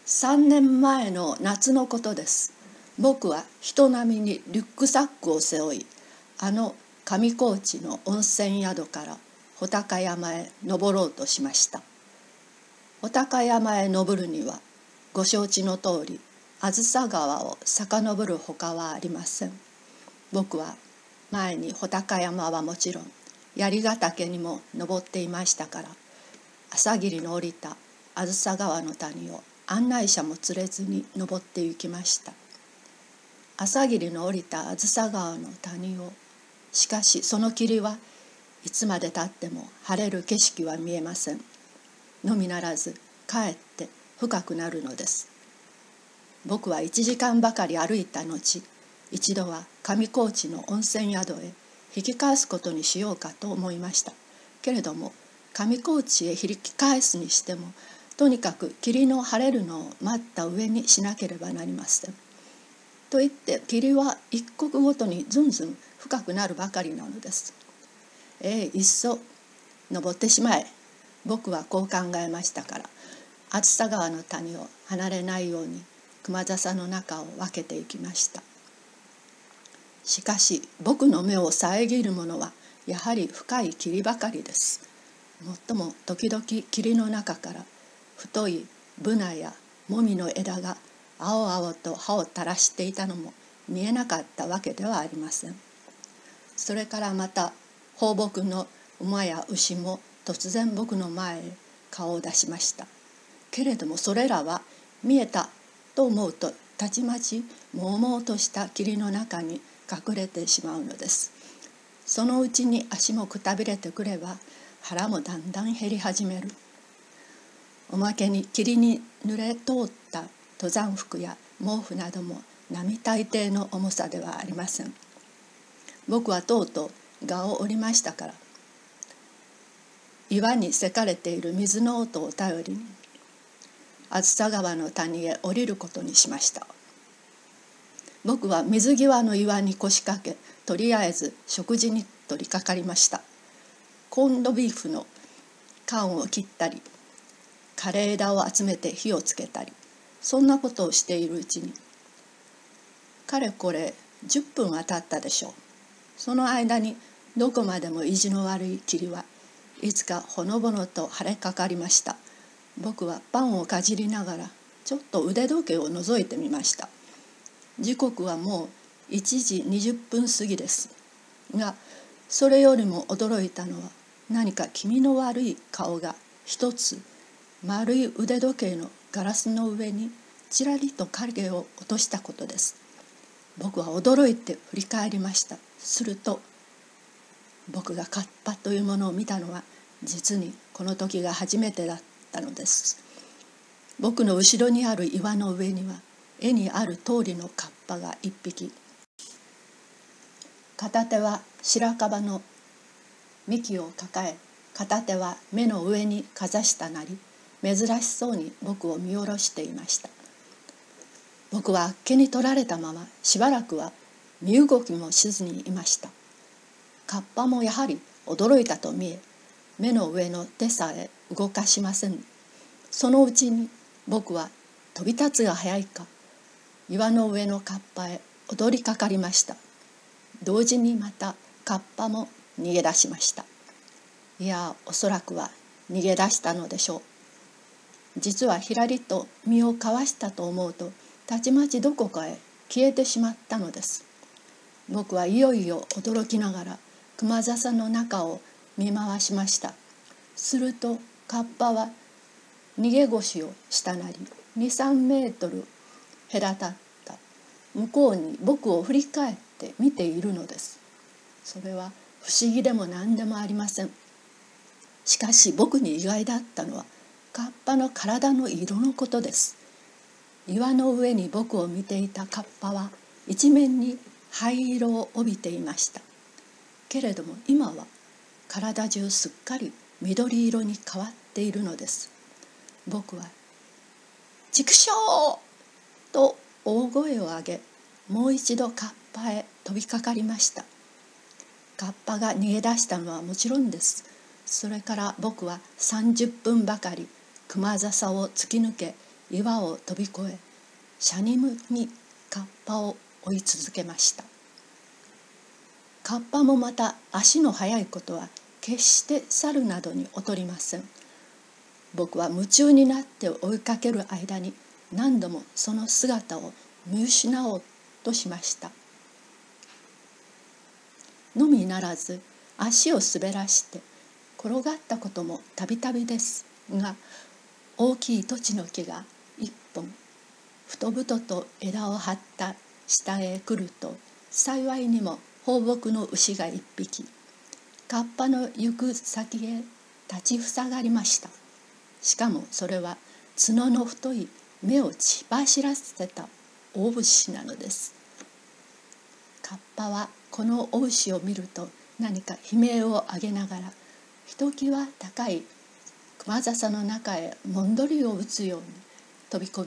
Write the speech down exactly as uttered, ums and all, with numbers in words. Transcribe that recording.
さんねんまえの夏のことです。僕は人並みにリュックサックを背負い、あの上高地の温泉宿から穂高山へ登ろうとしました。穂高山へ登るには、ご承知の通り、あずさ川を遡るほかはありません。僕は前に穂高山はもちろん、槍ヶ岳にも登っていましたから、朝霧の降りたあずさ川の谷を案内者も連れずに登って行きました。朝霧の降りたあずさ川の谷を、しかしその霧はいつまでたっても晴れる景色は見えません。のみならずかえって深くなるのです。僕はいちじかんばかり歩いた後、一度は上高地の温泉宿へ引き返すことにしようかと思いました。けれども上高地へ引き返すにしても、とにかく霧の晴れるのを待った上にしなければなりません。と言って霧は一刻ごとにずんずん深くなるばかりなのです。ええ、いっそ登ってしまえ。僕はこう考えましたから、あずさ川の谷を離れないように熊笹の中を分けていきました。しかし僕の目を遮るものはやはり深い霧ばかりです。もっとも時々霧の中から太いブナやモミの枝が青々と葉を垂らしていたのも見えなかったわけではありません。それからまた放牧の馬や牛も突然僕の前へ顔を出しました。けれどもそれらは見えたと思うとたちまちもうもうとした霧の中に隠れてしまうのです。そのうちに足もくたびれてくれば腹もだんだん減り始める。おまけに霧に濡れ通った登山服や毛布なども並大抵の重さではありません。僕はとうとう蛾を折りましたから、岩にせかれている水の音を頼りにあずさ川の谷へ降りることにしました。僕は水際の岩に腰掛け、とりあえず食事に取り掛かりました。コンドビーフの缶を切ったり、枯れ枝を集めて火をつけたり、そんなことをしているうちにかれこれじゅっぷんは経ったでしょう。その間にどこまでも意地の悪い霧はいつかほのぼのと晴れかかりました。僕はパンをかじりながらちょっと腕時計を覗いてみました。時刻はもういちじにじゅっぷん過ぎですが、それよりも驚いたのは何か気味の悪い顔が一つ丸い腕時計のガラスの上にちらりと影を落としたことです。僕は驚いて振り返りました。すると僕がカッパというものを見たのは実にこの時が初めてだったのです。僕の後ろにある岩の上には絵にある通りのカッパが一匹。片手は白樺の幹を抱え、片手は目の上にかざしたなり、珍しそうに僕を見下ろしていました。僕はあっけに取られたまましばらくは身動きもしずにいました。カッパもやはり驚いたと見え、目の上の手さえ動かしません。そのうちに僕は飛び立つが早いか、岩の上のカッパへ踊りかかりました。同時にまたカッパも逃げ出しました。いや、おそらくは逃げ出したのでしょう。実はひらりと身をかわしたと思うと、たちまちどこかへ消えてしまったのです。僕はいよいよ驚きながら熊笹の中を見回しました。するとカッパは逃げ腰をしたなり、に、さんメートル隔たった向こうに僕を振り返って見ているのです。それは不思議でも何でもありません。しかし僕に意外だったのはカッパの体の色のことです。岩の上に僕を見ていたカッパは一面に灰色を帯びていました。けれども今は体中すっかり緑色に変わっているのです。僕は畜生と大声を上げ、もう一度カッパへ飛びかかりました。カッパが逃げ出したのはもちろんです。それから僕はさんじゅっぷんばかり熊笹を突き抜け、 岩を飛び越え、しゃにむにカッパを追い続けました。カッパもまた足の速いことは決して猿などに劣りません。僕は夢中になって追いかける間に何度もその姿を見失おうとしました。のみならず足を滑らして転がったこともたびたびですが、大きいトチの木が一本太々と枝を張った下へ来ると、幸いにも放牧の牛が一匹カッパの行く先へ立ちふさがりました。しかもそれは角の太い目を血走らせた大牛なのです。カッパはこの大牛を見ると何か悲鳴を上げながら、ひときわ高い熊笹の中へもんどりを打つように飛び込み